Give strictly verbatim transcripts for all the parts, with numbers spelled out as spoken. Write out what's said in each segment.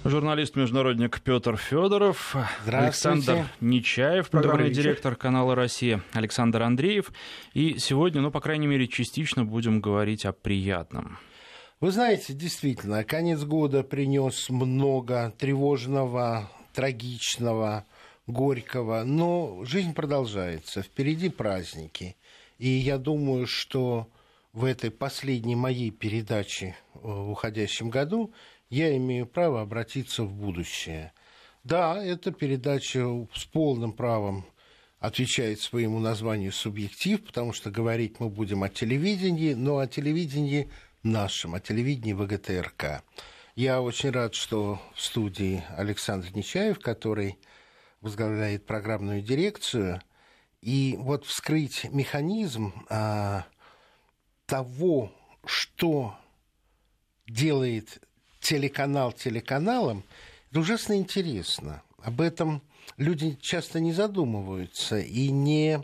Журналист-международник Петр Федоров, Александр Нечаев, программный директор канала «Россия», Александр Андреев. И сегодня, ну, по крайней мере, частично будем говорить о приятном. Вы знаете, действительно, конец года принес много тревожного, трагичного, горького, но жизнь продолжается, впереди праздники. И я думаю, что в этой последней моей передаче в уходящем году я имею право обратиться в будущее. Да, эта передача с полным правом отвечает своему названию «Субъектив», потому что говорить мы будем о телевидении, но о телевидении нашем, о телевидении ВГТРК. Я очень рад, что в студии Александр Нечаев, который возглавляет программную дирекцию, и вот вскрыть механизм а, того, что делает телеканал телеканалом, это ужасно интересно. Об этом люди часто не задумываются и не,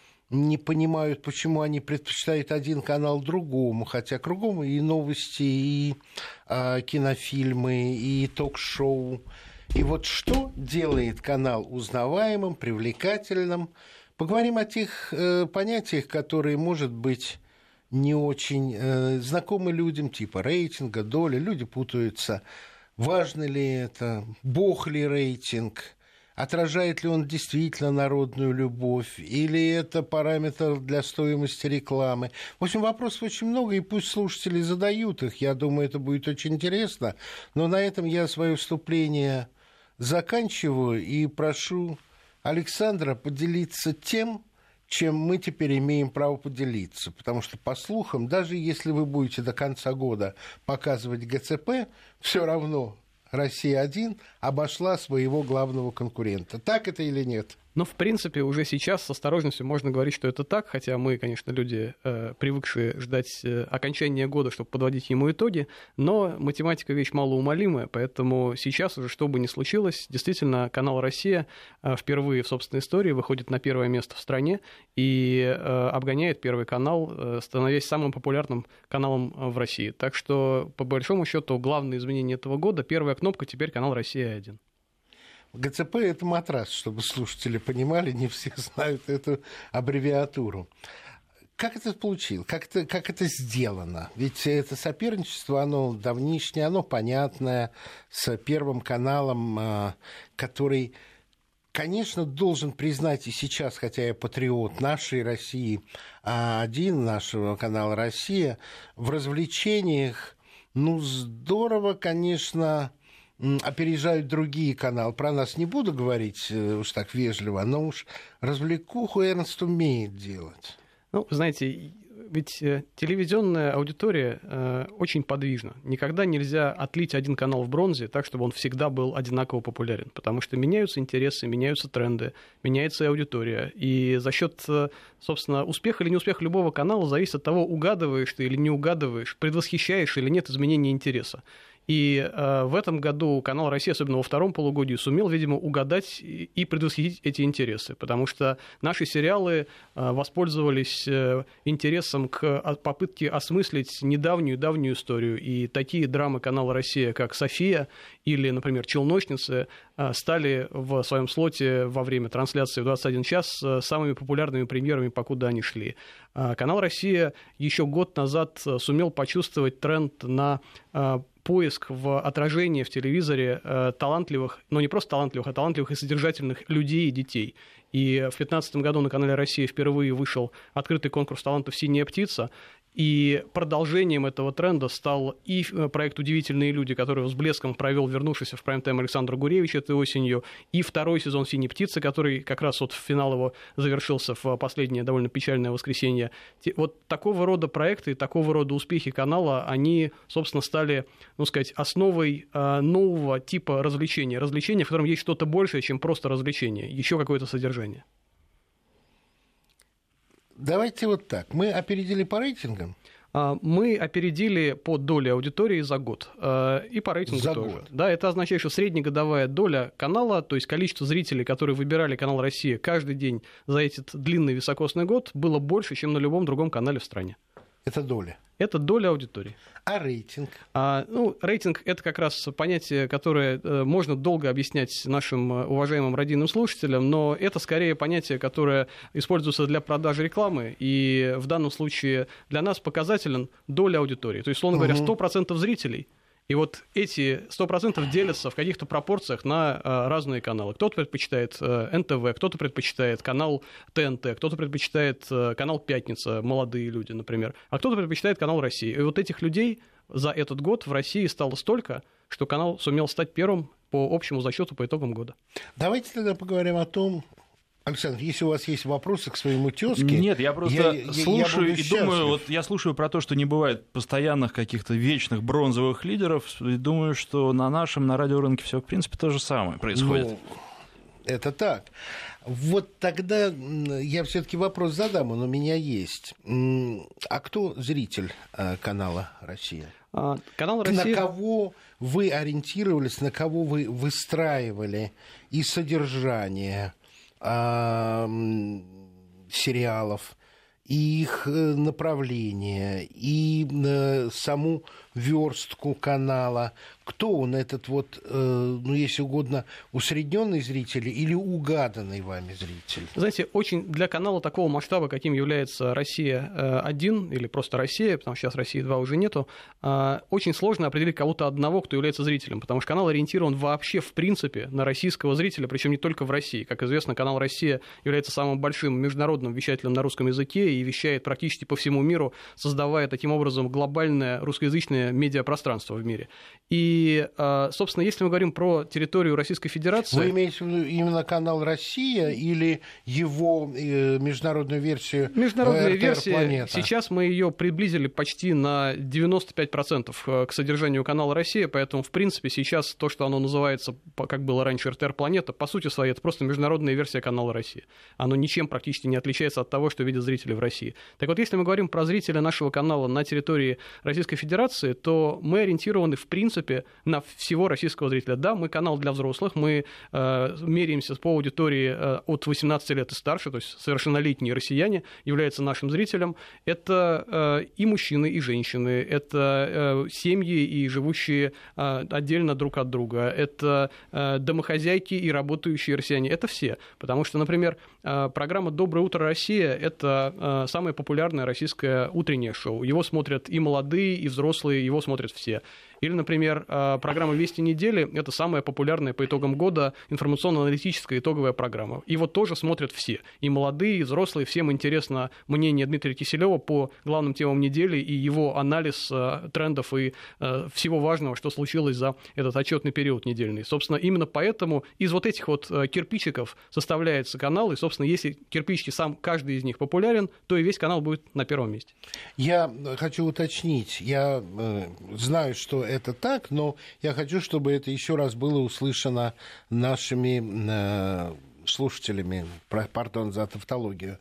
не понимают, почему они предпочитают один канал другому, хотя кругом и новости, и а, кинофильмы, и ток-шоу. И вот что делает канал узнаваемым, привлекательным? Поговорим о тех э, понятиях, которые, может быть, не очень э, знакомы людям, типа рейтинга, доля. Люди путаются, важно ли это, бог ли рейтинг, отражает ли он действительно народную любовь, или это параметр для стоимости рекламы. В общем, вопросов очень много, и пусть слушатели задают их. Я думаю, это будет очень интересно. Но на этом я свое вступление заканчиваю и прошу Александра поделиться тем, чем мы теперь имеем право поделиться. Потому что, по слухам, даже если вы будете до конца года показывать ГЦП, все равно Россия один обошла своего главного конкурента. Так это или нет? Но, в принципе, уже сейчас с осторожностью можно говорить, что это так, хотя мы, конечно, люди, э, привыкшие ждать э, окончания года, чтобы подводить ему итоги, но математика вещь малоумолимая, поэтому сейчас уже, что бы ни случилось, действительно, канал «Россия» э, впервые в собственной истории выходит на первое место в стране и э, обгоняет Первый канал, э, становясь самым популярным каналом в России. Так что, по большому счету, главное изменение этого года — первая кнопка, теперь канал «Россия один». ГЦП – это матрас, чтобы слушатели понимали, не все знают эту аббревиатуру. Как это получилось? Как это, как это сделано? Ведь это соперничество, оно давнишнее, оно понятное, с Первым каналом, который, конечно, должен признать и сейчас, хотя я патриот нашей России, один нашего канала «Россия», в развлечениях, ну, здорово, конечно, опережают другие каналы. Про нас не буду говорить уж так вежливо, но уж развлекуху Эрнст умеет делать. Ну, знаете, ведь телевизионная аудитория э, очень подвижна. Никогда нельзя отлить один канал в бронзе так, чтобы он всегда был одинаково популярен, потому что меняются интересы, меняются тренды, меняется и аудитория. И за счет, собственно, успеха или неуспеха любого канала зависит от того, угадываешь ты или не угадываешь, предвосхищаешь или нет изменения интереса. И э, в этом году канал «Россия», особенно во втором полугодии, сумел, видимо, угадать и предвосхитить эти интересы, потому что наши сериалы э, воспользовались э, интересом к попытке осмыслить недавнюю-давнюю историю, и такие драмы канала «Россия», как «София» или, например, «Челночницы», э, стали в своем слоте во время трансляции в двадцать один час э, самыми популярными премьерами, покуда они шли. Э, канал «Россия» еще год назад сумел почувствовать тренд на э, поиск в отражении в телевизоре э, талантливых, но не просто талантливых, а талантливых и содержательных людей и детей. И в две тысячи пятнадцатом году на канале «Россия» впервые вышел открытый конкурс талантов «Синяя птица». И продолжением этого тренда стал и проект «Удивительные люди», который с блеском провел вернувшийся в прайм-тайм Александр Гуревич этой осенью, и второй сезон «Синей птицы», который как раз вот финал его завершился в последнее довольно печальное воскресенье. Вот такого рода проекты, такого рода успехи канала, они, собственно, стали, ну сказать, основой нового типа развлечения. Развлечения, в котором есть что-то большее, чем просто развлечение, еще какое-то содержание. Давайте вот так. Мы опередили по рейтингам? Мы опередили по доле аудитории за год. И по рейтингу за тоже. Год. Да, это означает, что среднегодовая доля канала, то есть количество зрителей, которые выбирали канал «Россия» каждый день за этот длинный високосный год, было больше, чем на любом другом канале в стране. Это доля? Это доля аудитории. А рейтинг? А, ну, рейтинг — это как раз понятие, которое э, можно долго объяснять нашим уважаемым радийным слушателям, но это скорее понятие, которое используется для продажи рекламы, и в данном случае для нас показателен доля аудитории. То есть, условно говоря, сто процентов зрителей. И вот эти сто процентов делятся в каких-то пропорциях на а, разные каналы. Кто-то предпочитает а, эн тэ вэ, кто-то предпочитает канал тэ эн тэ, кто-то предпочитает а, канал «Пятница», молодые люди, например, а кто-то предпочитает канал «Россия». И вот этих людей за этот год в России стало столько, что канал сумел стать первым по общему зачету по итогам года. Давайте тогда поговорим о том, Александр, если у вас есть вопросы к своему тезке... Нет, я просто я, слушаю я и думаю, вот я слушаю про то, что не бывает постоянных каких-то вечных бронзовых лидеров, и думаю, что на нашем, на радиорынке все, в принципе, то же самое происходит. Ну, это так. Вот тогда я все-таки вопрос задам, он у меня есть. А кто зритель канала «Россия»? А, канал «Россия»... На кого вы ориентировались, на кого вы выстраивали и содержание сериалов, и их направление, и саму верстку канала? Кто он, этот вот, ну, если угодно, усредненный зритель или угаданный вами зритель? Знаете, очень для канала такого масштаба, каким является «Россия один» или просто «Россия», потому что сейчас «России два» уже нету, очень сложно определить кого-то одного, кто является зрителем, потому что канал ориентирован вообще, в принципе, на российского зрителя, причем не только в России. Как известно, канал «Россия» является самым большим международным вещателем на русском языке и вещает практически по всему миру, создавая таким образом глобальное русскоязычное медиапространство в мире. И, собственно, если мы говорим про территорию Российской Федерации... Вы имеете в виду именно канал «Россия» или его международную версию Международная эр тэ эр версия, «Планета»? Сейчас мы ее приблизили почти на девяносто пять процентов к содержанию канала «Россия», поэтому, в принципе, сейчас то, что оно называется, как было раньше, эр тэ эр «Планета», по сути своей, это просто международная версия канала «Россия». Оно ничем практически не отличается от того, что видят зрители в России. Так вот, если мы говорим про зрителя нашего канала на территории Российской Федерации, то мы ориентированы, в принципе, на всего российского зрителя. Да, мы канал для взрослых, мы э, меряемся по аудитории э, от восемнадцати лет и старше, то есть совершеннолетние россияне являются нашим зрителем. Это э, и мужчины, и женщины, это э, семьи, и живущие э, отдельно друг от друга, это э, домохозяйки и работающие россияне, это все. Потому что, например, э, программа «Доброе утро, Россия» — это э, самое популярное российское утреннее шоу. Его смотрят и молодые, и взрослые, его смотрят все. Или, например, программа «Вести недели» — это самая популярная по итогам года информационно-аналитическая итоговая программа. Его тоже смотрят все. И молодые, и взрослые. Всем интересно мнение Дмитрия Киселева по главным темам недели и его анализ трендов и всего важного, что случилось за этот отчетный период недельный. Собственно, именно поэтому из вот этих вот кирпичиков составляется канал. И, собственно, если кирпичики сам, каждый из них популярен, то и весь канал будет на первом месте. Я хочу уточнить. Я знаю, что это так, но я хочу, чтобы это еще раз было услышано нашими э, слушателями. Пардон за тавтологию.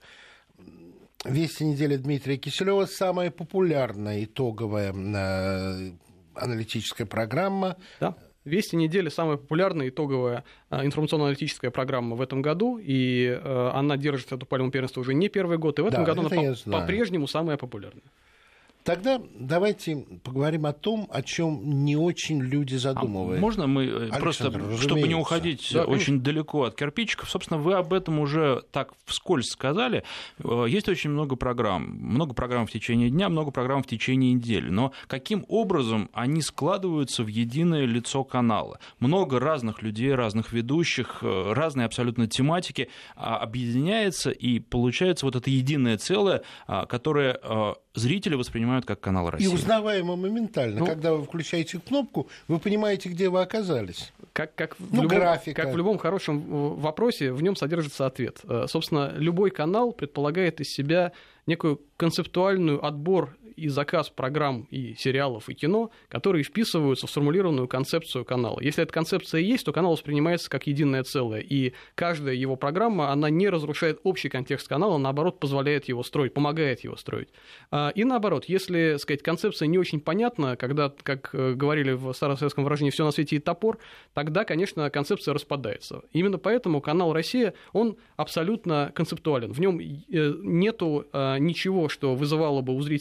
«Вести недели» Дмитрия Киселева — самая популярная итоговая э, аналитическая программа. Да. «Вести недели» — самая популярная итоговая информационно-аналитическая программа в этом году, и э, она держит эту пальму первенства уже не первый год, и в этом да, году она по- по-прежнему самая популярная. Тогда давайте поговорим о том, о чем не очень люди задумываются. А можно мы Александр, просто, разумеется. чтобы не уходить да, очень далеко от кирпичиков, собственно, вы об этом уже так вскользь сказали. Есть очень много программ. Много программ в течение дня, много программ в течение недели. Но каким образом они складываются в единое лицо канала? Много разных людей, разных ведущих, разные абсолютно тематики объединяется, и получается вот это единое целое, которое зрители воспринимают как канал «Россия». И узнаваемо моментально. Ну, когда вы включаете кнопку, вы понимаете, где вы оказались. Как, как, в ну, любом, графика. Как в любом хорошем вопросе, в нем содержится ответ. Собственно, любой канал предполагает из себя некую концептуальную отбор и заказ программ, и сериалов, и кино, которые вписываются в сформулированную концепцию канала. Если эта концепция есть, то канал воспринимается как единое целое, и каждая его программа, она не разрушает общий контекст канала, наоборот, позволяет его строить, помогает его строить. И наоборот, если, так сказать, концепция не очень понятна, когда, как говорили в старом советском выражении, все на свете и топор, тогда, конечно, концепция распадается. Именно поэтому канал «Россия», он абсолютно концептуален. В нем нету ничего, что вызывало бы у зрителей неприятность,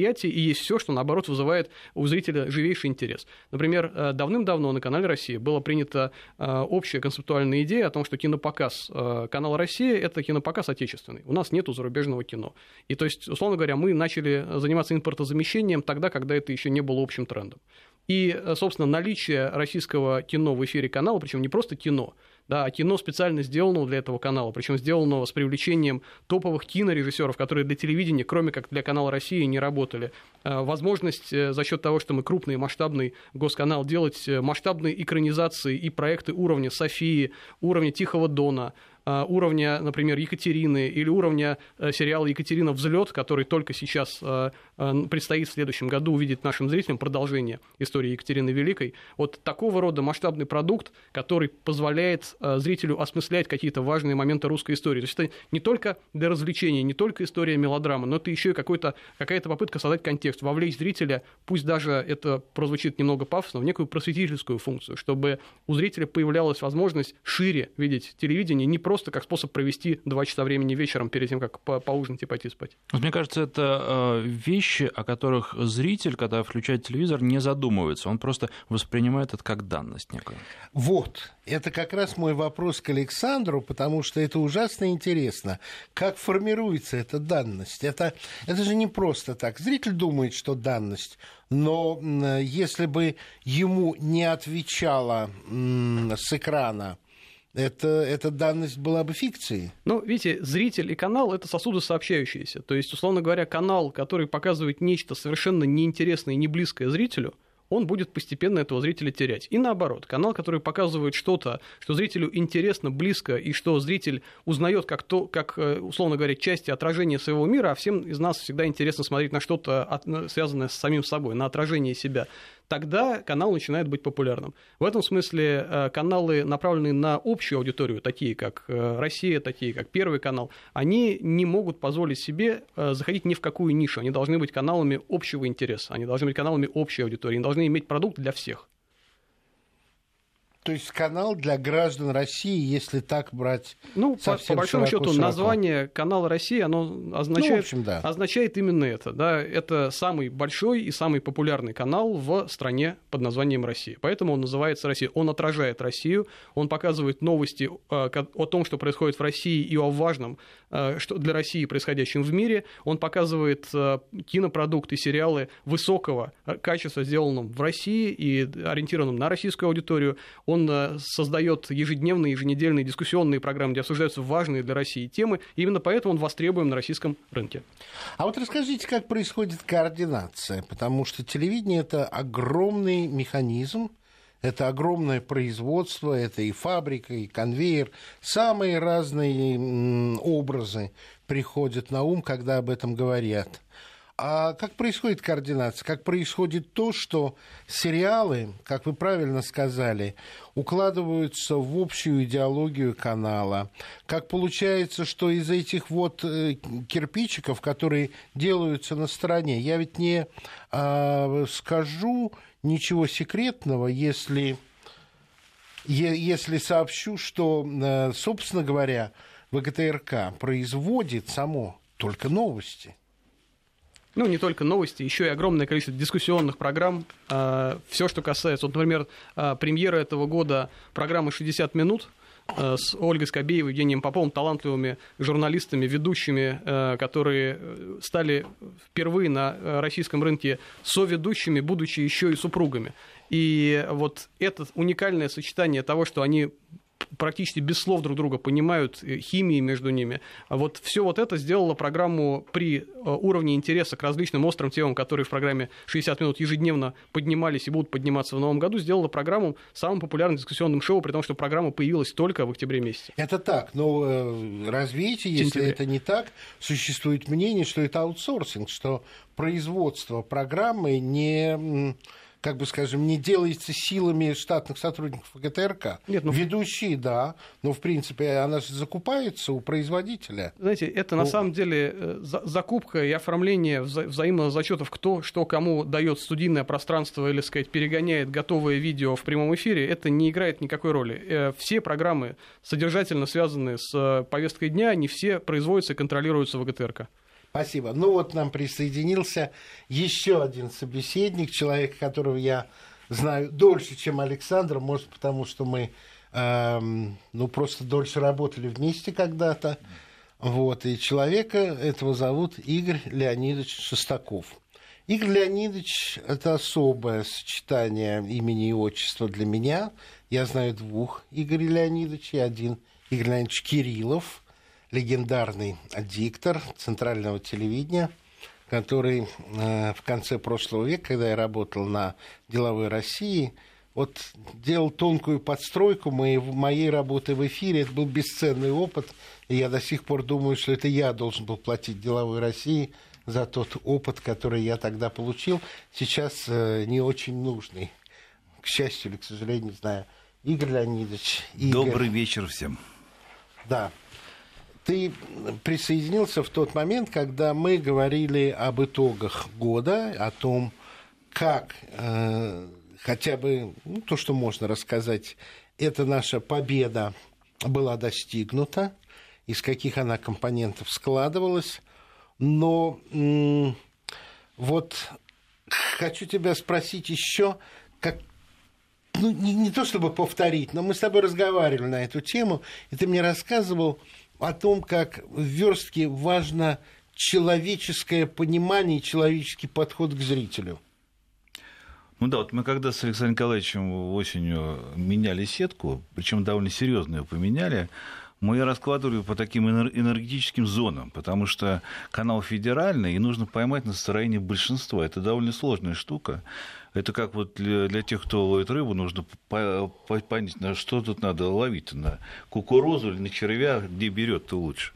мероприятие и есть все, что, наоборот, вызывает у зрителя живейший интерес. Например, давным-давно на канале «Россия» была принята общая концептуальная идея о том, что кинопоказ канала «Россия» — это кинопоказ отечественный. У нас нету зарубежного кино. И то есть, условно говоря, мы начали заниматься импортозамещением тогда, когда это еще не было общим трендом. И, собственно, наличие российского кино в эфире канала, причем не просто кино, да, а кино специально сделанного для этого канала, причем сделанного с привлечением топовых кинорежиссеров, которые для телевидения, кроме как для канала «Россия», не работали. Возможность за счет того, что мы крупный масштабный госканал, делать масштабные экранизации и проекты уровня «Софии», уровня «Тихого Дона», уровня, например, Екатерины или уровня сериала «Екатерина. Взлет», который только сейчас предстоит в следующем году увидеть нашим зрителям продолжение истории Екатерины Великой. Вот такого рода масштабный продукт, который позволяет зрителю осмыслять какие-то важные моменты русской истории. То есть это не только для развлечения, не только история мелодрамы, но это еще и какой-то, какая-то попытка создать контекст, вовлечь зрителя, пусть даже это прозвучит немного пафосно, в некую просветительскую функцию, чтобы у зрителя появлялась возможность шире видеть телевидение, не просто просто как способ провести два часа времени вечером перед тем, как по поужинать и пойти спать. Вот мне кажется, это вещи, о которых зритель, когда включает телевизор, не задумывается. Он просто воспринимает это как данность некую. Вот. Это как раз мой вопрос к Александру, потому что это ужасно интересно. Как формируется эта данность? Это, это же не просто так. Зритель думает, что данность, но если бы ему не отвечала с экрана, Это, эта данность была бы фикцией. Ну, видите, зритель и канал — это сосуды сообщающиеся. То есть, условно говоря, канал, который показывает нечто совершенно неинтересное и не близкое зрителю, он будет постепенно этого зрителя терять. И наоборот, канал, который показывает что-то, что зрителю интересно, близко, и что зритель узнает как, то, как, условно говоря, части отражения своего мира, а всем из нас всегда интересно смотреть на что-то, связанное с самим собой, на отражение себя, тогда канал начинает быть популярным. В этом смысле каналы, направленные на общую аудиторию, такие как «Россия», такие как Первый канал, они не могут позволить себе заходить ни в какую нишу. Они должны быть каналами общего интереса, они должны быть каналами общей аудитории, они должны иметь продукт для всех. То есть канал для граждан России, если так брать ну, совсем по, по большому широко, счету, широко. Название канала «Россия», оно означает, ну, в общем, да. означает именно это. Да? Это самый большой и самый популярный канал в стране под названием «Россия». Поэтому он называется «Россия». Он отражает Россию, он показывает новости о том, что происходит в России, и о важном что для России происходящем в мире. Он показывает кинопродукты, сериалы высокого качества, сделанным в России и ориентированным на российскую аудиторию. Он создает ежедневные, еженедельные дискуссионные программы, где обсуждаются важные для России темы, и именно поэтому он востребуем на российском рынке. А вот расскажите, как происходит координация, потому что телевидение – это огромный механизм, это огромное производство, это и фабрика, и конвейер. Самые разные образы приходят на ум, когда об этом говорят. А как происходит координация? Как происходит то, что сериалы, как вы правильно сказали, укладываются в общую идеологию канала? Как получается, что из этих вот кирпичиков, которые делаются на стороне, я ведь не а, скажу ничего секретного, если, если сообщу, что, собственно говоря, ВГТРК производит само только новости. Ну, не только новости, еще и огромное количество дискуссионных программ. Все, что касается, вот, например, премьера этого года программы «шестьдесят минут» с Ольгой Скобеевой, Евгением Поповым, талантливыми журналистами, ведущими, которые стали впервые на российском рынке соведущими, будучи еще и супругами. И вот это уникальное сочетание того, что они практически без слов друг друга понимают, химии между ними. Вот все вот это сделало программу при уровне интереса к различным острым темам, которые в программе «шестьдесят минут» ежедневно поднимались и будут подниматься в новом году, сделало программу самым популярным дискуссионным шоу, при том, что программа появилась только в октябре месяце. Это так, но развейте, если Сентябре. Это не так, существует мнение, что это аутсорсинг, что производство программы не... как бы, скажем, не делается силами штатных сотрудников ГТРК. Нет, ну... Ведущие, да, но, в принципе, она же закупается у производителя. Знаете, это ну... на самом деле закупка и оформление вза- взаимных зачетов, кто что кому дает студийное пространство или, сказать, перегоняет готовое видео в прямом эфире, это не играет никакой роли. Все программы, содержательно связанные с повесткой дня, они все производятся и контролируются в ГТРК. Спасибо. Ну вот нам присоединился еще один собеседник, человек, которого я знаю дольше, чем Александр, может, потому что мы эм, ну, просто дольше работали вместе когда-то. Вот. И человека этого зовут Игорь Леонидович Шестаков. Игорь Леонидович – это особое сочетание имени и отчества для меня. Я знаю двух Игоря Леонидовичей. Один Игорь Леонидович Кириллов, легендарный диктор Центрального телевидения, который э, в конце прошлого века, когда я работал на «Деловой России», вот делал тонкую подстройку моей, моей работы в эфире. Это был бесценный опыт, и я до сих пор думаю, что это я должен был платить «Деловой России» за тот опыт, который я тогда получил. Сейчас э, не очень нужный, к счастью или к сожалению, не знаю. Игорь Леонидович. Игорь. Добрый вечер всем. Да. Ты присоединился в тот момент, когда мы говорили об итогах года, о том, как э, хотя бы ну, то, что можно рассказать, эта наша победа была достигнута, из каких она компонентов складывалась. Но м- вот хочу тебя спросить еще, как ну, не, не то чтобы повторить, но мы с тобой разговаривали на эту тему, и ты мне рассказывал о том, как в «Верстке» важно человеческое понимание и человеческий подход к зрителю. Ну да, вот мы когда с Александром Николаевичем осенью меняли сетку, причем довольно серьезно ее поменяли, мы ее раскладывали по таким энергетическим зонам, потому что канал федеральный, и нужно поймать настроение большинства. Это довольно сложная штука. Это как вот для, для тех, кто ловит рыбу, нужно понять, на что тут надо ловить, на кукурузу или на червя, где берет-то лучше.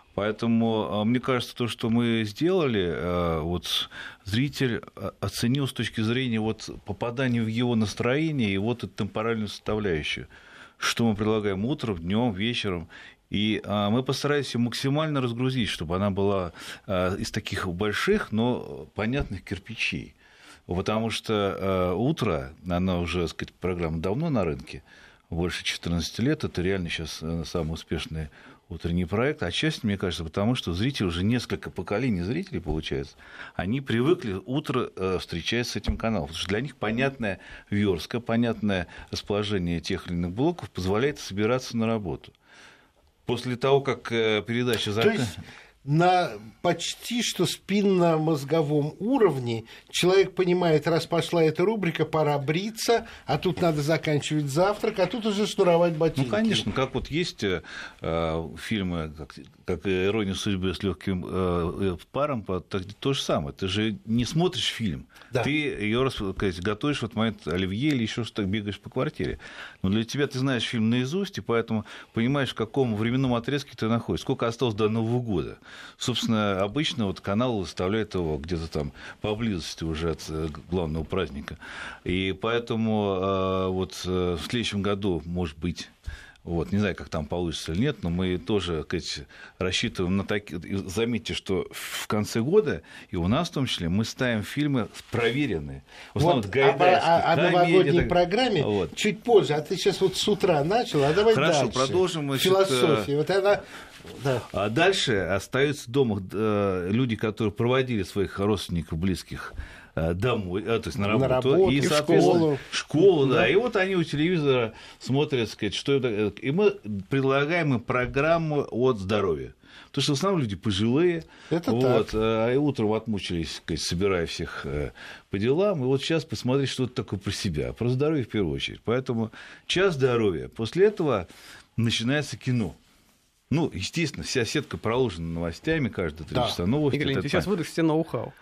Поэтому, мне кажется, то, что мы сделали, вот зритель оценил с точки зрения вот попадания в его настроение и вот эту темпоральную составляющую. Что мы предлагаем утром, днем, вечером. И а, мы постарались ее максимально разгрузить, чтобы она была а, из таких больших, но понятных кирпичей. Потому что а, утро, она уже, так сказать, программа давно на рынке, больше четырнадцати лет, это реально сейчас самый успешный утренний проект. Отчасти, мне кажется, потому что зрители, уже несколько поколений зрителей, получается, они привыкли утро э, встречать с этим каналом. Потому что для них понятная верстка, понятное расположение тех или иных блоков позволяет собираться на работу. После того, как э, передача заканчивается... На почти что спинномозговом уровне человек понимает, раз пошла эта рубрика, пора бриться, а тут надо заканчивать завтрак, а тут уже шнуровать ботинки. Ну, конечно, как вот есть э, фильмы, как, как «Ирония судьбы» с легким э, паром, так, то же самое. Ты же не смотришь фильм, да. Ты ее готовишь в этот момент оливье или еще что-то, бегаешь по квартире. Но для тебя ты знаешь фильм наизусть, и поэтому понимаешь, в каком временном отрезке ты находишься, сколько осталось до Нового года. Собственно, обычно вот канал выставляет его где-то там поблизости уже от главного праздника. И поэтому э, вот в следующем году, может быть, вот, не знаю, как там получится или нет, но мы тоже, сказать, рассчитываем на такие... Заметьте, что в конце года, и у нас в том числе, мы ставим фильмы проверенные. В основном, вот, об, о, о новогодней так... программе вот. Чуть позже. А ты сейчас вот с утра начал, а давай Хорошо, дальше. Продолжим. Значит, философия. Вот она... Да. А дальше остаются дома люди, которые проводили своих родственников, близких домой, то есть на работу, на работу и, и соответственно, школу. школу, да. да. И вот они у телевизора смотрят, сказать, что это, и мы предлагаем им программу от здоровья. Потому что в основном люди пожилые, это вот, так. А утром отмучились, сказать, собирая всех по делам, и вот сейчас посмотреть что-то такое про себя, про здоровье в первую очередь. Поэтому час здоровья. После этого начинается кино. Ну, естественно, вся сетка проложена новостями, каждые три да. часа новости. Игорь, ты сейчас выдашь все ноу-хау.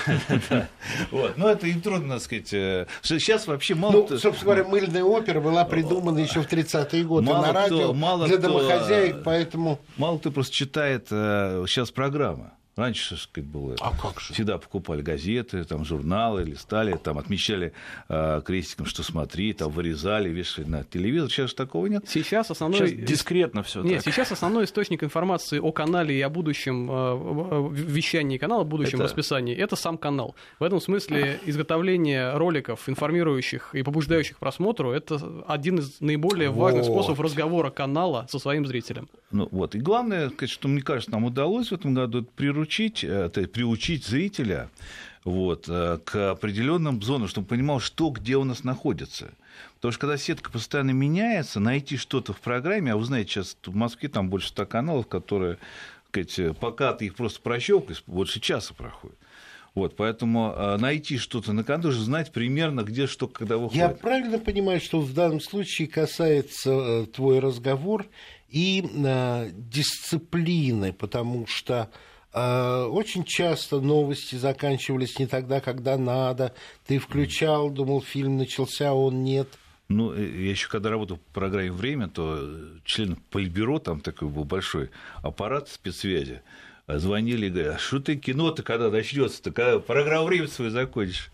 Вот. Но это и трудно, так сказать. Сейчас вообще мало ну, кто... собственно говоря, мыльная опера была придумана еще в тридцатые годы мало на радио кто, мало для кто, домохозяек, поэтому... Мало кто просто читает сейчас программы. Раньше, так сказать, было... А как же? Всегда покупали газеты, там, журналы, листали, там, отмечали э, крестиком, что смотри, там, вырезали, вешали на телевизор. Сейчас же такого нет. Сейчас основной... Сейчас дискретно все. Нет, так. Сейчас основной источник информации о канале и о будущем э, вещании канала, будущем это... расписании, это сам канал. В этом смысле изготовление роликов, информирующих и побуждающих к просмотру, это один из наиболее вот. важных способов разговора канала со своим зрителем. Ну, вот. И главное, что, мне кажется, нам удалось в этом году, это приручить приручить, приучить зрителя вот, к определенным зонам, чтобы он понимал, что где у нас находится. Потому что когда сетка постоянно меняется, найти что-то в программе, а вы знаете, сейчас в Москве там больше ста каналов, которые, так сказать, пока ты их просто прощелкаешь, больше часа проходит. Вот, поэтому найти что-то на канале, нужно знать примерно, где что, когда выходит. Я правильно понимаю, что в данном случае касается твой разговор и э, дисциплины, потому что э, очень часто новости заканчивались не тогда, когда надо. Ты включал, думал, фильм начался, а он нет. Ну, я еще когда работал в программе «Время», то член Политбюро, там такой был большой аппарат спецсвязи, звонили и говорят, а что ты кино-то когда начнется-то, когда программу «Время» свою закончишь?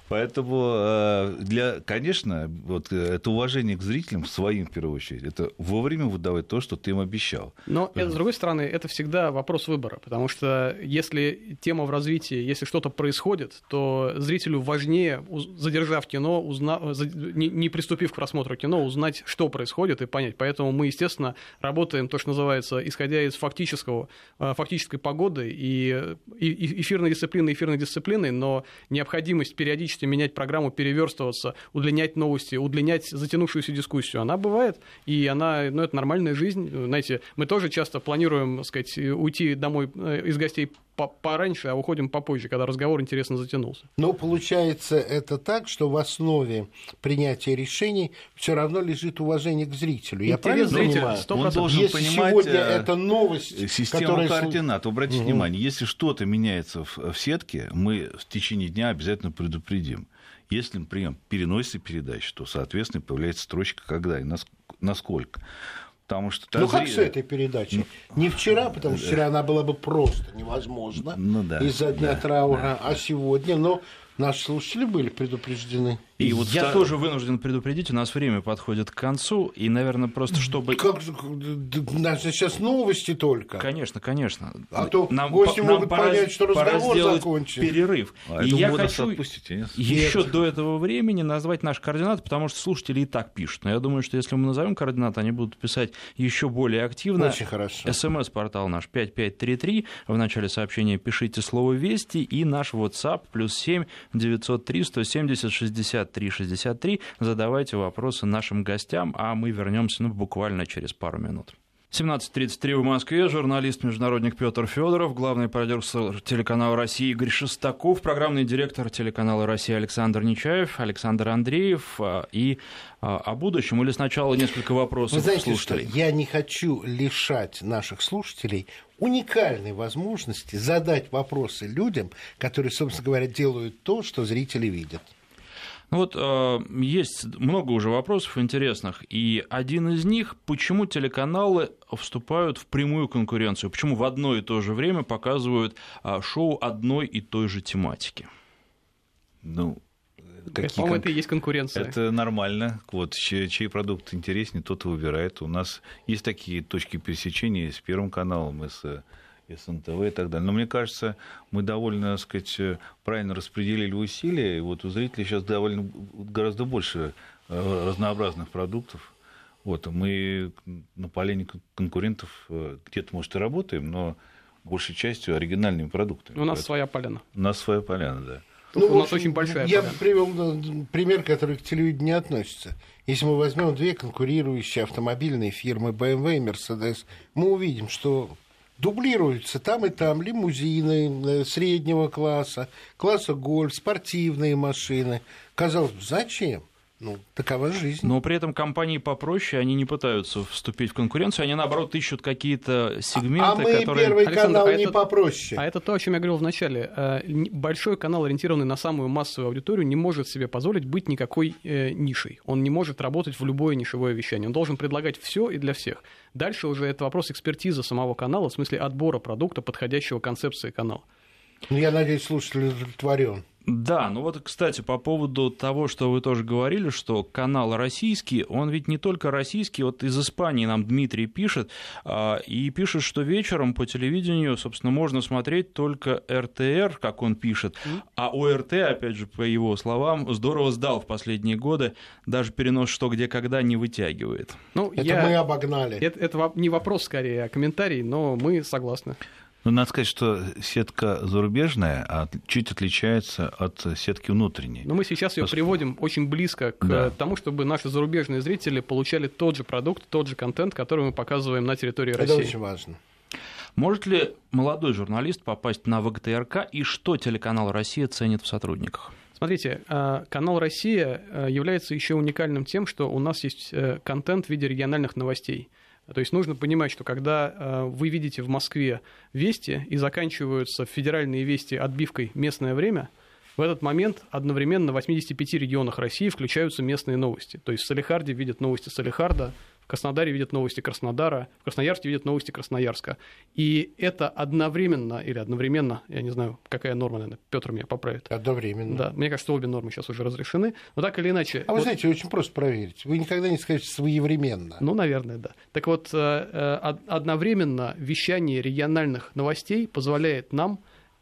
Поэтому, для, конечно, вот это уважение к зрителям, своим в первую очередь, это вовремя выдавать то, что ты им обещал. Но, это, с другой стороны, это всегда вопрос выбора, потому что если тема в развитии, если что-то происходит, то зрителю важнее, задержав кино, узна... не приступив к просмотру кино, узнать, что происходит и понять. Поэтому мы, естественно, работаем, то, что называется, исходя из фактического, фактической погоды и, и эфирной дисциплины, эфирной дисциплины, но необходимость периодически менять программу, переверстываться, удлинять новости, удлинять затянувшуюся дискуссию, она бывает, и она, ну, это нормальная жизнь. Знаете, мы тоже часто планируем, так сказать, уйти домой из гостей пораньше, а уходим попозже, когда разговор интересно затянулся. Но получается это так, что в основе принятия решений все равно лежит уважение к зрителю. Я правильно понимаю? Он должен если понимать сегодня это новость, систему которая... координат. Обратите угу. внимание, если что-то меняется в, в сетке, мы в течение дня обязательно предупредим. Если, например, переносится передача, то, соответственно, появляется строчка когда и насколько. Потому что ну, как с этой передачей? Не вчера, потому что вчера она была бы просто невозможна ну, да, из-за дня да, траура, да, а да. сегодня, но наши слушатели были предупреждены. И вот я втор... тоже вынужден предупредить, у нас время подходит к концу, и, наверное, просто чтобы... Как же, наши сейчас новости только. Конечно, конечно. А то нам, гости нам могут пора, понять, что разговор закончен. Перерыв. А и я хочу отпустить, еще до этого времени назвать наши координаты, потому что слушатели и так пишут. Но я думаю, что если мы назовем координаты, они будут писать еще более активно. Очень хорошо. СМС-портал наш пять пять три три. В начале сообщения пишите слово «Вести». И наш WhatsApp плюс семь девятьсот три сто семьдесят шестьдесят три шестьдесят три. Задавайте вопросы нашим гостям, а мы вернемся ну, буквально через пару минут. семнадцать тридцать три в Москве. Журналист-международник Петр Федоров, главный продюсер телеканала «Россия» Игорь Шестаков, программный директор телеканала «Россия» Александр Нечаев, Александр Андреев. И о будущем или сначала несколько вопросов. Вы знаете, слушателей? Что? Я не хочу лишать наших слушателей уникальной возможности задать вопросы людям, которые, собственно говоря, делают то, что зрители видят. Вот э, есть много уже вопросов интересных, и один из них, почему телеканалы вступают в прямую конкуренцию, почему в одно и то же время показывают э, шоу одной и той же тематики? Ну, какие, по-моему, это и есть конкуренция. Это нормально. Вот, чей, чей продукт интереснее, тот и выбирает. У нас есть такие точки пересечения с Первым каналом, и с СНТВ и так далее. Но мне кажется, мы довольно, так сказать, правильно распределили усилия. И вот у зрителей сейчас довольно гораздо больше разнообразных продуктов. Вот, мы на полене конкурентов где-то, может, и работаем, но большей частью оригинальными продуктами. У нас Поэтому... своя поляна. У нас своя поляна, да. Ну, у нас очень большая Я поляна. привел пример, который к телевидению не относится. Если мы возьмем две конкурирующие автомобильные фирмы бэ эм вэ и Mercedes, мы увидим, что дублируются там и там лимузины среднего класса, класса гольф, спортивные машины. Казалось бы, зачем? Ну, такова жизнь. Но при этом компании попроще, они не пытаются вступить в конкуренцию, они, наоборот, ищут какие-то сегменты, а мы которые... Первый Александр, канал а не это, попроще. А это то, о чем я говорил вначале. Большой канал, ориентированный на самую массовую аудиторию, не может себе позволить быть никакой э, нишей. Он не может работать в любое нишевое вещание. Он должен предлагать все и для всех. Дальше уже это вопрос экспертизы самого канала, в смысле отбора продукта, подходящего концепции канала. Ну, я надеюсь, слушатель удовлетворен. Да, ну вот, кстати, по поводу того, что вы тоже говорили, что канал российский, он ведь не только российский, вот из Испании нам Дмитрий пишет, и пишет, что вечером по телевидению, собственно, можно смотреть только эр тэ эр, как он пишет, а о эр тэ, опять же, по его словам, здорово сдал в последние годы, даже перенос «Что, где, когда» не вытягивает. Ну, это я... мы обогнали. Это, это не вопрос, скорее, а комментарий, но мы согласны. Ну, надо сказать, что сетка зарубежная а чуть отличается от сетки внутренней. Но мы сейчас ее Пос... приводим очень близко к да. тому, чтобы наши зарубежные зрители получали тот же продукт, тот же контент, который мы показываем на территории Это России. Это очень важно. Может ли молодой журналист попасть на ВГТРК, и что телеканал «Россия» ценит в сотрудниках? Смотрите, канал «Россия» является еще уникальным тем, что у нас есть контент в виде региональных новостей. То есть нужно понимать, что когда вы видите в Москве вести и заканчиваются федеральные вести отбивкой «местное время», в этот момент одновременно в восьмидесяти пяти регионах России включаются местные новости. То есть в Салехарде видят новости Салехарда, в Краснодаре видят новости Краснодара, в Красноярске видят новости Красноярска. И это одновременно, или одновременно, я не знаю, какая норма, наверное, Петр меня поправит. Одновременно. Да, мне кажется, обе нормы сейчас уже разрешены. Но так или иначе... А вы вот... знаете, очень просто проверить. Вы никогда не скажете своевременно. Ну, наверное, да. Так вот, одновременно вещание региональных новостей позволяет нам,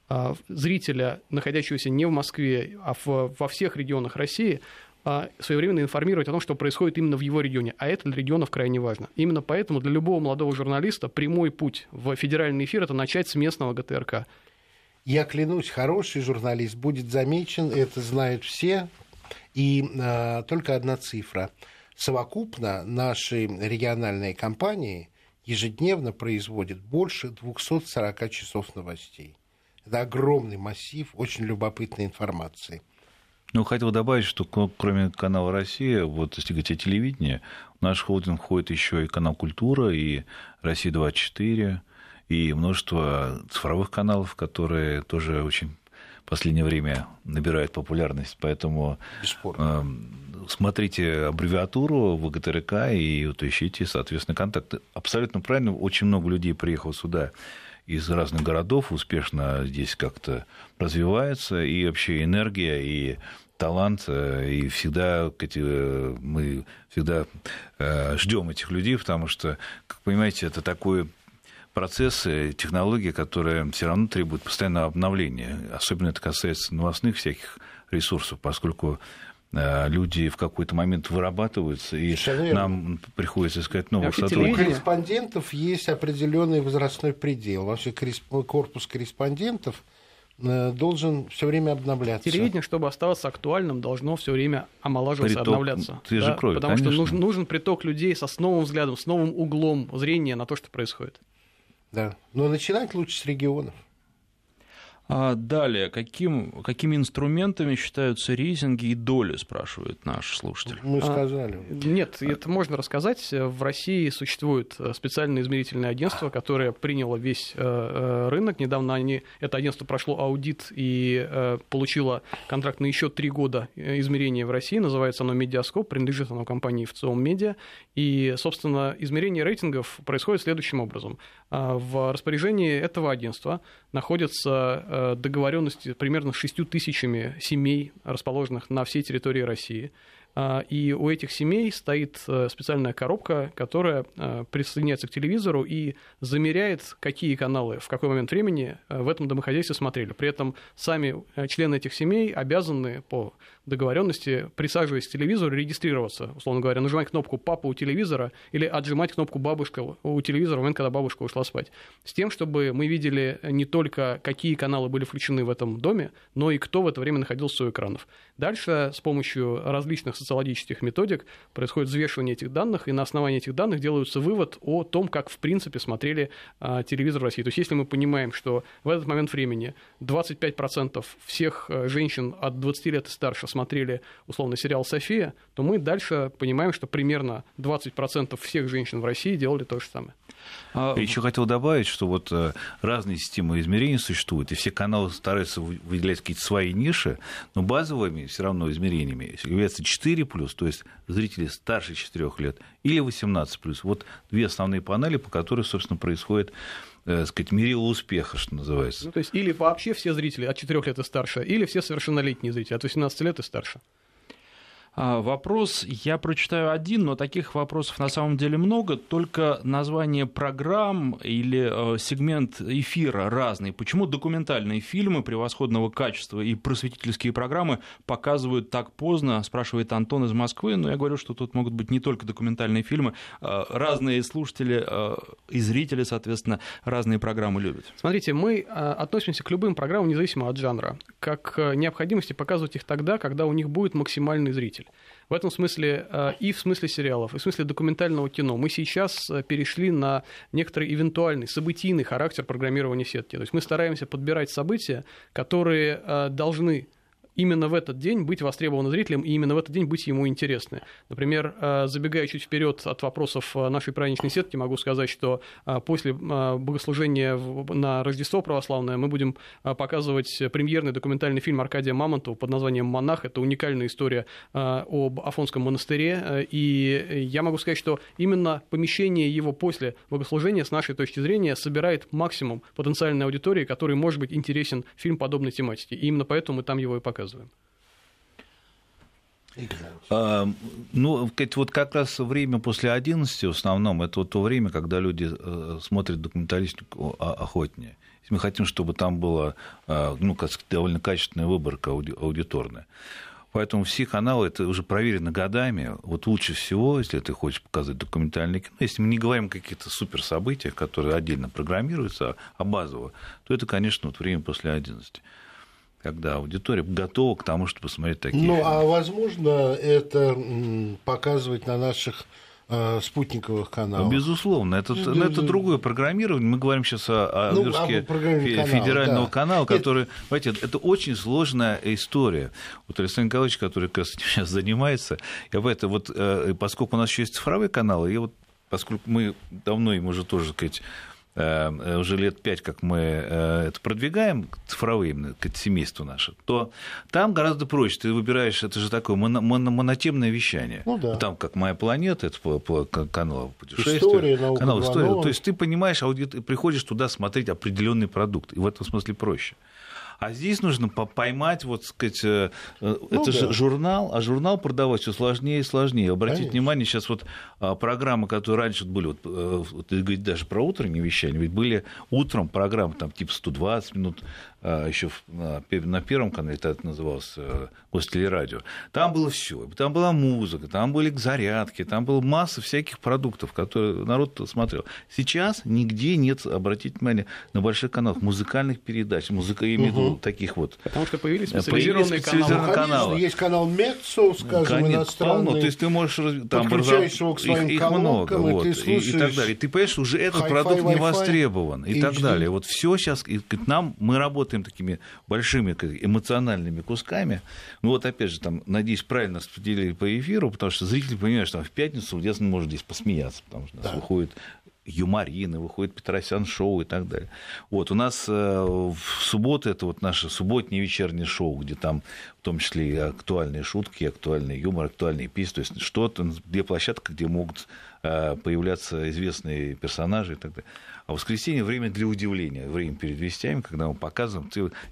зрителя, находящегося не в Москве, а во всех регионах России, своевременно информировать о том, что происходит именно в его регионе. А это для регионов крайне важно. Именно поэтому для любого молодого журналиста прямой путь в федеральный эфир – это начать с местного ГТРК. Я клянусь, хороший журналист будет замечен, это знают все. И а, только одна цифра. Совокупно наши региональные компании ежедневно производят больше двухсот сорока часов новостей. Это огромный массив очень любопытной информации. Ну, хотел добавить, что кроме канала «Россия», вот если говорить о телевидении, в наш холдинг входит еще и канал «Культура», и «Россия двадцать четыре», и множество цифровых каналов, которые тоже очень в последнее время набирают популярность. Поэтому э, смотрите аббревиатуру ВГТРК и вот, ищите, соответственно, контакты. Абсолютно правильно, очень много людей приехало сюда из разных городов, успешно здесь как-то развивается, и вообще энергия, и талант, и всегда мы всегда ждем этих людей, потому что, как понимаете, это такой процесс, технология, которая все равно требует постоянного обновления. Особенно это касается новостных всяких ресурсов, поскольку люди в какой-то момент вырабатываются, и нам приходится искать новых сотрудников. У корреспондентов есть определенный возрастной предел. Вообще корпус корреспондентов должен все время обновляться. Телевидение, чтобы оставаться актуальным, должно все время омолаживаться, приток, обновляться. Ты же да? крови, Потому конечно. что нужен, нужен приток людей со, с новым взглядом, с новым углом зрения на то, что происходит. Да, но начинать лучше с регионов. А далее, каким, какими инструментами считаются рейтинги и доли, спрашивает наш слушатель. Мы сказали. А, нет, это можно рассказать. В России существует специальное измерительное агентство, которое приняло весь рынок. Недавно они, это агентство прошло аудит и получило контракт на еще три года измерения в России. Называется оно «Медиаскоп», принадлежит оно компании ВЦИОМ Медиа. И, собственно, измерение рейтингов происходит следующим образом. В распоряжении этого агентства находятся договоренности примерно с шестью тысячами семей, расположенных на всей территории России. И у этих семей стоит специальная коробка, которая присоединяется к телевизору и замеряет, какие каналы в какой момент времени в этом домохозяйстве смотрели. При этом сами члены этих семей обязаны по договоренности, присаживаясь к телевизору, регистрироваться, условно говоря, нажимать кнопку «папа» у телевизора или отжимать кнопку «бабушка» у телевизора в момент, когда бабушка ушла спать. С тем, чтобы мы видели не только, какие каналы были включены в этом доме, но и кто в это время находился у экранов. Дальше с помощью различных социологических методик происходит взвешивание этих данных, и на основании этих данных делается вывод о том, как в принципе смотрели а, телевизор в России. То есть если мы понимаем, что в этот момент времени двадцать пять процентов всех женщин от двадцати лет и старше смотрели условно сериал «София», то мы дальше понимаем, что примерно двадцать процентов всех женщин в России делали то же самое. А... Еще хотел добавить, что вот разные системы измерений существуют, и все каналы стараются выделять какие-то свои ниши, но базовыми все равно измерениями является четыре плюс, то есть зрители старше четырёх лет, или восемнадцать плюс. Вот две основные панели, по которым, собственно, происходит, так сказать, мерило успеха, что называется. Ну, то есть или вообще все зрители от четырёх лет и старше, или все совершеннолетние зрители от восемнадцати лет и старше. Вопрос я прочитаю один, но таких вопросов на самом деле много, только название программ или сегмент эфира разный. Почему документальные фильмы превосходного качества и просветительские программы показывают так поздно, спрашивает Антон из Москвы, но я говорю, что тут могут быть не только документальные фильмы, разные слушатели и зрители, соответственно, разные программы любят. Смотрите, мы относимся к любым программам, независимо от жанра, как к необходимости показывать их тогда, когда у них будет максимальный зритель. В этом смысле и в смысле сериалов, и в смысле документального кино мы сейчас перешли на некоторый эвентуальный, событийный характер программирования сетки. То есть мы стараемся подбирать события, которые должны именно в этот день быть востребованы зрителем и именно в этот день быть ему интересны. Например, забегая чуть вперед от вопросов нашей праздничной сетки, могу сказать, что после богослужения на Рождество православное мы будем показывать премьерный документальный фильм Аркадия Мамонтова под названием «Монах». Это уникальная история об Афонском монастыре, и я могу сказать, что именно помещение его после богослужения, с нашей точки зрения, собирает максимум потенциальной аудитории, которой может быть интересен фильм подобной тематики, и именно поэтому мы там его и показываем. А, ну, вот как раз время после одиннадцати в основном, это вот то время, когда люди смотрят документалистику охотнее. Если мы хотим, чтобы там была, ну, довольно качественная выборка аудиторная. Поэтому все каналы, это уже проверено годами. Вот лучше всего, если ты хочешь показать документальное кино, если мы не говорим о каких-то суперсобытиях, которые отдельно программируются, а базово, то это, конечно, вот время после одиннадцати. Когда аудитория готова к тому, чтобы посмотреть такие ну, фильмы. Ну, а возможно, это показывать на наших э, спутниковых каналах? Безусловно. Это, ну, это другое программирование. Мы говорим сейчас о, о ну, выпуске канала, федерального да. канала, который... Это... Понимаете, это очень сложная история. Вот Александр Николаевич, который как раз сейчас занимается, я в это вот, поскольку у нас еще есть цифровые каналы, и вот поскольку мы давно им уже тоже, так сказать, уже лет пять, как мы это продвигаем, цифровые семейства наши, то там гораздо проще. Ты выбираешь, это же такое моно, моно, монотемное вещание. Ну, да. Там, как «Моя планета», это по, по каналу путешествия. История, наука, канал «История». То есть ты понимаешь, аудит, приходишь туда смотреть определенный продукт, и в этом смысле проще. А здесь нужно поймать, вот, сказать, ну, это да. же журнал, а журнал продавать все сложнее и сложнее. Обратите Конечно. внимание, сейчас вот программы, которые раньше были, вот, вот, даже про утреннее вещание, ведь были утром программы, там, типа сто двадцать минут, еще на Первом канале это называлось Гостелерадио. Там было все, там была музыка, там были зарядки, там была масса всяких продуктов, которые народ смотрел. Сейчас нигде нет, обратите внимание, на больших каналах музыкальных передач, музыка, я имею в виду таких вот. Потому что появились специализированные каналы. каналы. Есть канал Меццо, скажем, Конечно, иностранный. Полно. То есть ты можешь там подключаешь его к своим их, колонкам, их много, и, вот, ты слушаешь... и, и так далее. И ты понимаешь, уже этот продукт не востребован, и так далее. Вот все сейчас, и к нам мы работаем такими большими эмоциональными кусками. Ну вот опять же, там, надеюсь, правильно распределили по эфиру, потому что зрители понимают, что там в пятницу где-то можно здесь посмеяться, потому что у нас да. выходит юморины, выходит Петросян шоу и так далее. Вот у нас в субботу это вот наше субботнее вечернее шоу, где там в том числе и актуальные шутки, актуальный юмор, актуальные песни, то есть что-то, две площадки, где могут появляться известные персонажи и так далее. А в воскресенье время для удивления, время перед вестями, когда мы показываем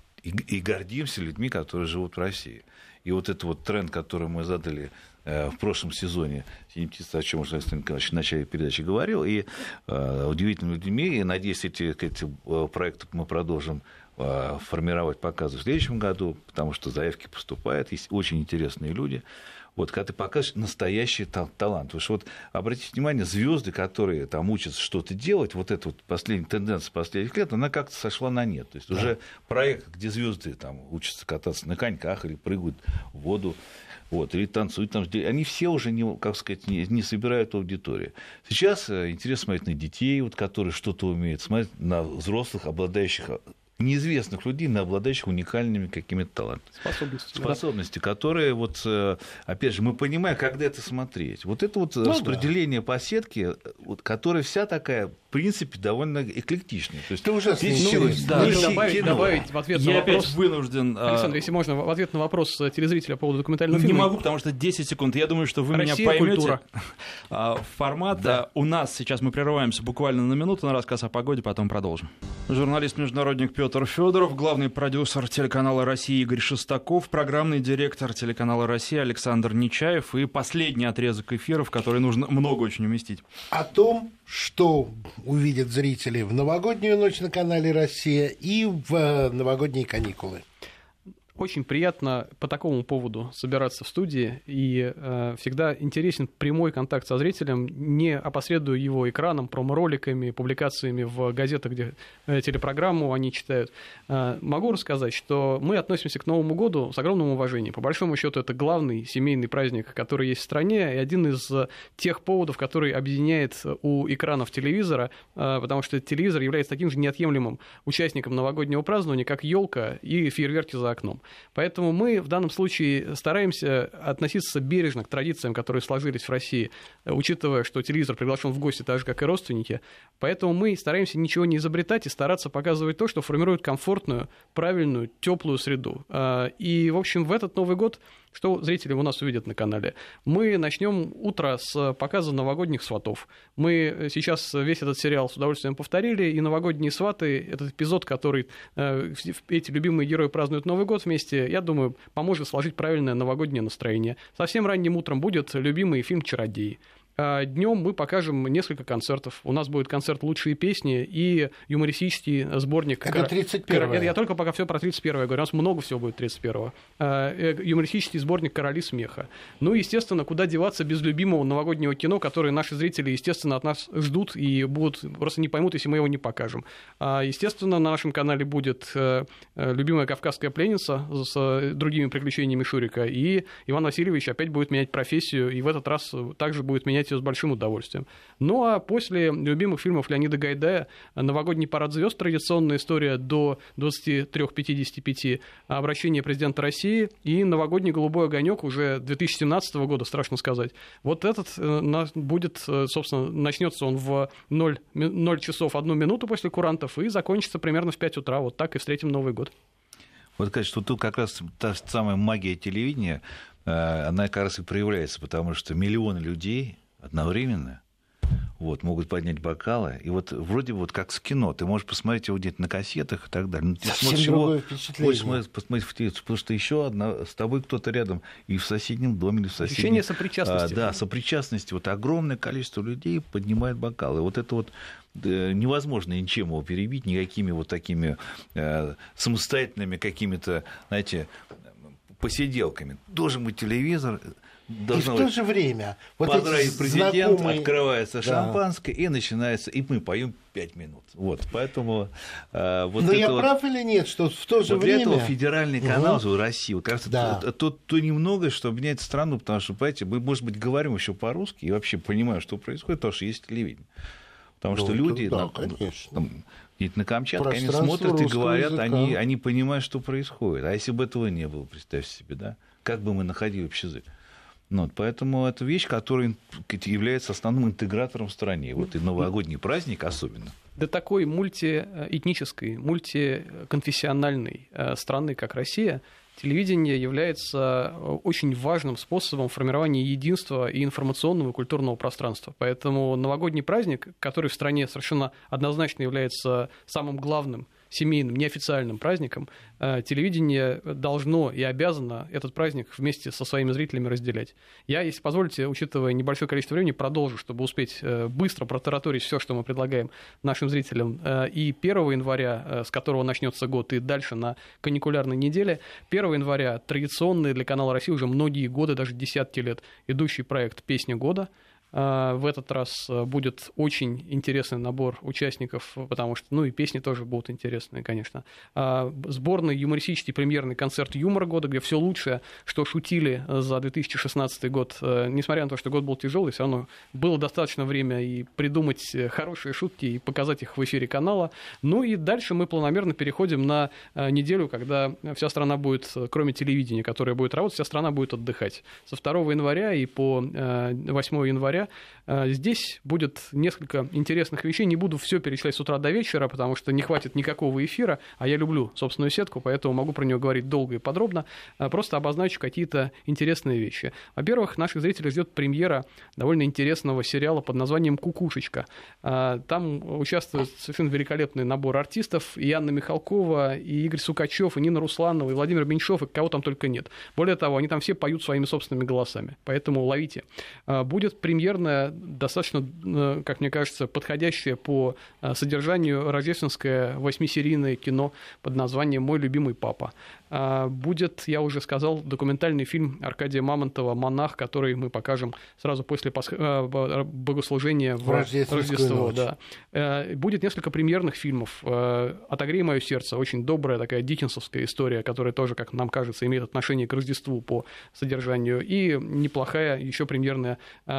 и гордимся людьми, которые живут в России. И вот этот вот тренд, который мы задали в прошлом сезоне «Синяя птица», о чем уже Александр Николаевич в начале передачи говорил, и удивительными людьми, и, надеюсь, эти, эти проекты мы продолжим формировать, показывать в следующем году, потому что заявки поступают, есть очень интересные люди. Вот, когда ты покажешь настоящий талант. Потому что вот, обратите внимание, звезды, которые там учатся что-то делать, вот эта вот последняя тенденция последних лет, она как-то сошла на нет. То есть да. уже проект, где звезды там учатся кататься на коньках или прыгают в воду, вот, или танцуют там, они все уже не, как сказать, не, не собирают аудиторию. Сейчас интересно смотреть на детей, вот, которые что-то умеют, смотреть на взрослых, обладающих неизвестных людей, но обладающих уникальными какими-то талантами. Способности. Способности, да. которые, вот, опять же, мы понимаем, когда это смотреть. Вот это вот ну, распределение да. по сетке, вот, которая вся такая, в принципе, довольно эклектичная. То есть, ты уже здесь ну, да, добавить, добавить в ответ Я на опять вопрос... вынужден... Александр, если можно, в ответ на вопрос телезрителя по поводу документального не фильма... Не могу, потому что десять секунд. Я думаю, что вы Россия, меня поймете. Культура. Формат да. у нас, сейчас мы прерываемся буквально на минуту на рассказ о погоде, потом продолжим. Журналист-международник Петр Петр Федоров, главный продюсер телеканала «Россия» Игорь Шестаков, программный директор телеканала «Россия» Александр Нечаев и последний отрезок эфира, в который нужно много очень уместить. О том, что увидят зрители в новогоднюю ночь на канале «Россия» и в новогодние каникулы. Очень приятно по такому поводу собираться в студии, и э, всегда интересен прямой контакт со зрителем, не опосредуя его экраном, промо-роликами, публикациями в газетах, где э, телепрограмму они читают. Э, могу рассказать, что мы относимся к Новому году с огромным уважением. По большому счету, это главный семейный праздник, который есть в стране, и один из тех поводов, который объединяет у экранов телевизора, э, потому что телевизор является таким же неотъемлемым участником новогоднего празднования, как елка и фейерверки за окном. Поэтому мы в данном случае стараемся относиться бережно к традициям, которые сложились в России, учитывая, что телевизор приглашен в гости так же, как и родственники. Поэтому мы стараемся ничего не изобретать и стараться показывать то, что формирует комфортную, правильную, теплую среду. И, в общем, в этот Новый год, что зрители у нас увидят на канале? Мы начнем утро с показа новогодних сватов. Мы сейчас весь этот сериал с удовольствием повторили, и новогодние сваты, этот эпизод, который э, эти любимые герои празднуют Новый год вместе, я думаю, поможет сложить правильное новогоднее настроение. Совсем ранним утром будет любимый фильм «Чародеи». Днем мы покажем несколько концертов. У нас будет концерт «Лучшие песни» и юмористический сборник. Это тридцать первое. Я, я только пока все про тридцать первое говорю. У нас много всего будет тридцать первого. Юмористический сборник «Короли смеха». Ну, естественно, куда деваться без любимого новогоднего кино, которое наши зрители, естественно, от нас ждут и будут просто не поймут, если мы его не покажем. Естественно, на нашем канале будет любимая «Кавказская пленница» с другими приключениями Шурика. И Иван Васильевич опять будет менять профессию, и в этот раз также будет менять ее с большим удовольствием. Ну а после любимых фильмов Леонида Гайдая «Новогодний парад звезд», традиционная история до двадцать три пятьдесят пять, обращение президента России, и «Новогодний голубой огонек» уже две тысячи семнадцатого года, страшно сказать. Вот этот будет, собственно, начнется он в ноль часов одну минуту после курантов и закончится примерно в пять утра. Вот так и встретим Новый год. Вот, конечно, что тут как раз та самая магия телевидения, она как раз и проявляется, потому что миллионы людей одновременно вот, могут поднять бокалы. И вот вроде вот как с кино. Ты можешь посмотреть его где-то на кассетах и так далее. Совсем другое впечатление. Хочешь посмотреть в телевизор, потому что еще одна, с тобой кто-то рядом, и в соседнем доме, или в соседнем... Ощущение сопричастности. А, да, сопричастности. Вот огромное количество людей поднимает бокалы. Вот это вот невозможно ничем его перебить, никакими вот такими э, самостоятельными какими-то, знаете, посиделками. Должен быть телевизор. И в то же время вот поздравить президент, знакомые... открывается да. шампанское, и начинается, и мы поем пять минут. Вот, поэтому... Э, вот Но это я вот, прав или нет, что в то же вот время... для этого федеральный канал угу. России, вот, кажется, да. то, то, то немного, что объединяет страну, потому что, понимаете, мы, может быть, говорим еще по-русски и вообще понимаем, что происходит, потому что есть телевидение. Потому ну, что люди да, на, там, на Камчатке, они смотрят и говорят, они, они понимают, что происходит. А если бы этого не было, представьте себе, да, как бы мы находили общий язык. Ну, вот, поэтому это вещь, которая является основным интегратором в стране. Вот, и новогодний праздник особенно. Для такой мультиэтнической, мультиконфессиональной страны, как Россия, телевидение является очень важным способом формирования единства и информационного и культурного пространства. Поэтому новогодний праздник, который в стране совершенно однозначно является самым главным семейным, неофициальным праздником, телевидение должно и обязано этот праздник вместе со своими зрителями разделять. Я, если позволите, учитывая небольшое количество времени, продолжу, чтобы успеть быстро протараторить все, что мы предлагаем нашим зрителям. И первого января, с которого начнется год, и дальше на каникулярной неделе, первого января традиционный для канала «Россия» уже многие годы, даже десятки лет, идущий проект «Песня года». В этот раз будет очень интересный набор участников, потому что, ну, и песни тоже будут интересные, конечно. Сборный юмористический премьерный концерт «Юмор года», где все лучшее, что шутили за две тысячи шестнадцатый год. Несмотря на то, что год был тяжелый, все равно было достаточно время и придумать хорошие шутки и показать их в эфире канала. Ну и дальше мы планомерно переходим на неделю, когда вся страна будет, кроме телевидения, которое будет работать, вся страна будет отдыхать. Со второго января и по восьмого января Здесь будет несколько интересных вещей. Не буду все перечислять с утра до вечера, потому что не хватит никакого эфира, а я люблю собственную сетку, поэтому могу про нее говорить долго и подробно. Просто обозначу какие-то интересные вещи. Во-первых, наших зрителей ждет премьера довольно интересного сериала под названием «Кукушечка». Там участвует совершенно великолепный набор артистов: и Анна Михалкова, и Игорь Сукачев, и Нина Русланова, и Владимир Меньшов, и кого там только нет. Более того, они там все поют своими собственными голосами, поэтому ловите. Будет премьерная, достаточно, как мне кажется, подходящее по содержанию рождественское восьмисерийное кино под названием «Мой любимый папа». Будет, я уже сказал, документальный фильм Аркадия Мамонтова «Монах», который мы покажем сразу после пасх... богослужения в Рождество. Да. Будет несколько премьерных фильмов. «Отогрей мое сердце», очень добрая такая диккенсовская история, которая тоже, как нам кажется, имеет отношение к Рождеству по содержанию. И неплохая еще премьерная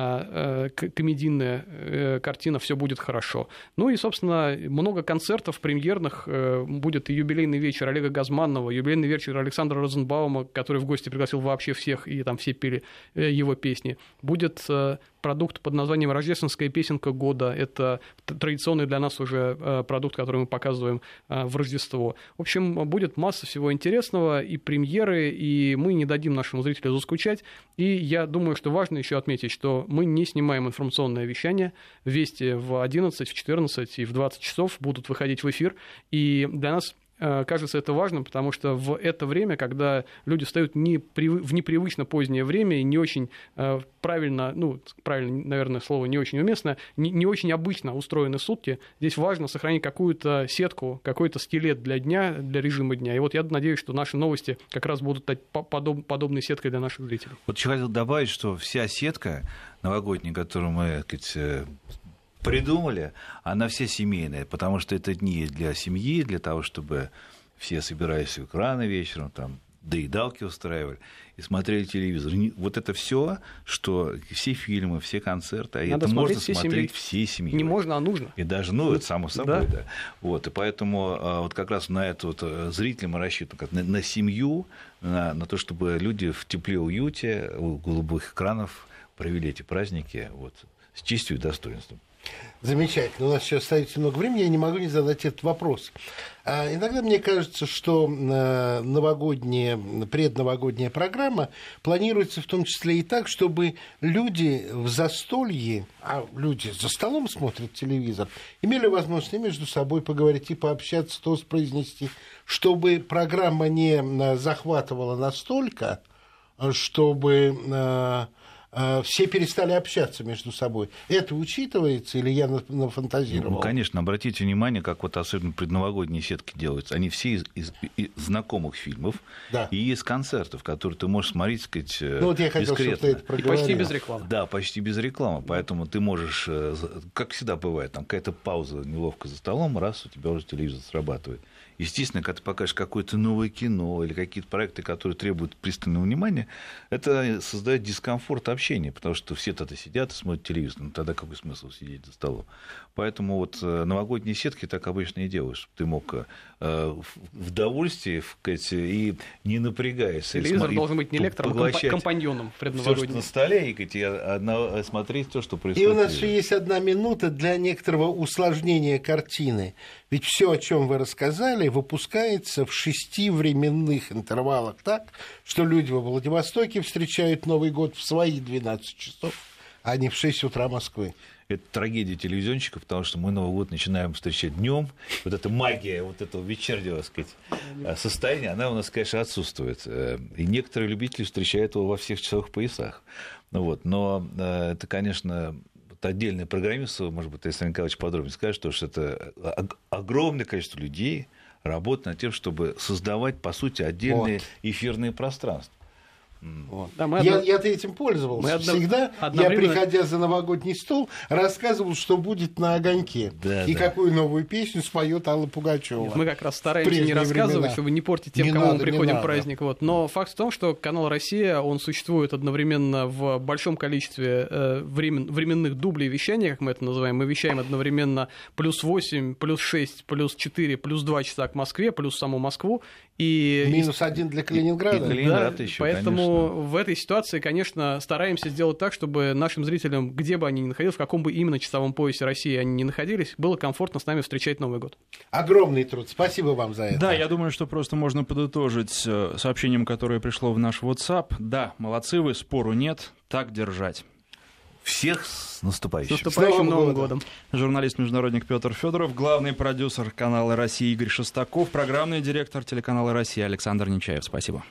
комедийная картина «Все будет хорошо». Ну и, собственно, много концертов премьерных. Будет и юбилейный вечер Олега Газманова, юбилейный вечер Александра Розенбаума, который в гости пригласил вообще всех, и там все пели его песни. Будет продукт под названием «Рождественская песенка года». Это традиционный для нас уже продукт, который мы показываем в Рождество. В общем, будет масса всего интересного, и премьеры, и мы не дадим нашему зрителю заскучать. И я думаю, что важно еще отметить, что мы не снимаем информационное вещание. Вести в одиннадцать, в четырнадцать и в двадцать часов будут выходить в эфир. И для нас кажется это важным, потому что в это время, когда люди встают не при... в непривычно позднее время и не очень правильно, ну, правильно, наверное, слово не очень уместно, не, не очень обычно устроены сутки, здесь важно сохранить какую-то сетку, какой-то скелет для дня, для режима дня. И вот я надеюсь, что наши новости как раз будут подоб... подобной сеткой для наших зрителей. Вот еще хотел добавить, что вся сетка новогодняя, которую мы, так сказать, придумали, она вся семейная, потому что это дни для семьи, для того, чтобы все собирались рано вечером, там, доедалки устраивали и смотрели телевизор. Вот это все, что все фильмы, все концерты, Надо это можно всей смотреть семьей. всей семьей. Не можно, а нужно. И даже, ну, это само собой, да. да. Вот, и поэтому вот как раз на это вот зрители мы рассчитываем, как на, на семью, на, на то, чтобы люди в тепле, уюте, у голубых экранов провели эти праздники вот, с честью и достоинством. Замечательно. У нас сейчас остается много времени, я не могу не задать этот вопрос. А иногда мне кажется, что новогодняя, предновогодняя программа планируется в том числе и так, чтобы люди в застолье, а люди за столом смотрят телевизор, имели возможность и между собой поговорить и пообщаться, тост произнести, чтобы программа не захватывала настолько, чтобы все перестали общаться между собой. Это учитывается или я нафантазировал? Ну, конечно, обратите внимание, как вот особенно предновогодние сетки делаются. Они все из, из, из знакомых фильмов, да, и из концертов, которые ты можешь смотреть, так сказать, ну, вот я хотел, дискретно. Чтобы ты это проговорил. И почти без рекламы. Да, почти без рекламы. Поэтому ты можешь, как всегда бывает, там какая-то пауза неловко за столом, раз у тебя уже телевизор срабатывает. Естественно, когда ты покажешь какое-то новое кино или какие-то проекты, которые требуют пристального внимания, это создает дискомфорт общения, потому что все тогда сидят и смотрят телевизор. Ну, тогда какой смысл сидеть за столом? Поэтому вот новогодние сетки так обычно и делают, чтобы ты мог в удовольствии и не напрягаясь. Телевизор и должен быть не лектором, а компаньоном предновогодним. Все, что на столе, и смотреть то, что происходит. И у нас еще есть одна минута для некоторого усложнения картины. Ведь все, о чем вы рассказали, выпускается в шести временных интервалах так, что люди во Владивостоке встречают Новый год в свои двенадцать часов, а не в шесть утра Москвы. Это трагедия телевизионщиков, потому что мы Новый год начинаем встречать днем. Вот эта магия вот этого вечернего, так сказать, состояния, она у нас, конечно, отсутствует. И некоторые любители встречают его во всех часовых поясах. Ну, вот. Но это, конечно, отдельный программист, может быть, Александр Николаевич подробнее скажет, что это огромное количество людей работает над тем, чтобы создавать, по сути, отдельные вот. эфирные пространства. Вот. Да, я, одно... Я-то этим пользовался. Одно... Всегда одновременно... я, приходя за новогодний стол, рассказывал, что будет на огоньке. Да, и да. какую новую песню споет Алла Пугачева. Мы как раз стараемся не рассказывать, времена. Чтобы не портить тем, не кому надо, мы приходим в праздник. Вот. Но факт в том, что канал «Россия», он существует одновременно в большом количестве э, времен... временных дублей вещания, как мы это называем. Мы вещаем одновременно плюс восемь, плюс шесть, плюс четыре, плюс два часа к Москве, плюс саму Москву. И, Минус один для Калининграда? И Калининград да, еще, поэтому конечно. в этой ситуации, конечно, стараемся сделать так, чтобы нашим зрителям, где бы они ни находились, в каком бы именно часовом поясе России они ни находились, было комфортно с нами встречать Новый год. Огромный труд. Спасибо вам за это. Да, я думаю, что просто можно подытожить сообщением, которое пришло в наш WhatsApp. Да, молодцы вы, спору нет, так держать. Всех с наступающим. С наступающим С Новым Новым годом. годом. Журналист-международник Петр Федоров, главный продюсер канала «Россия» Игорь Шестаков, программный директор телеканала «Россия» Александр Нечаев. Спасибо.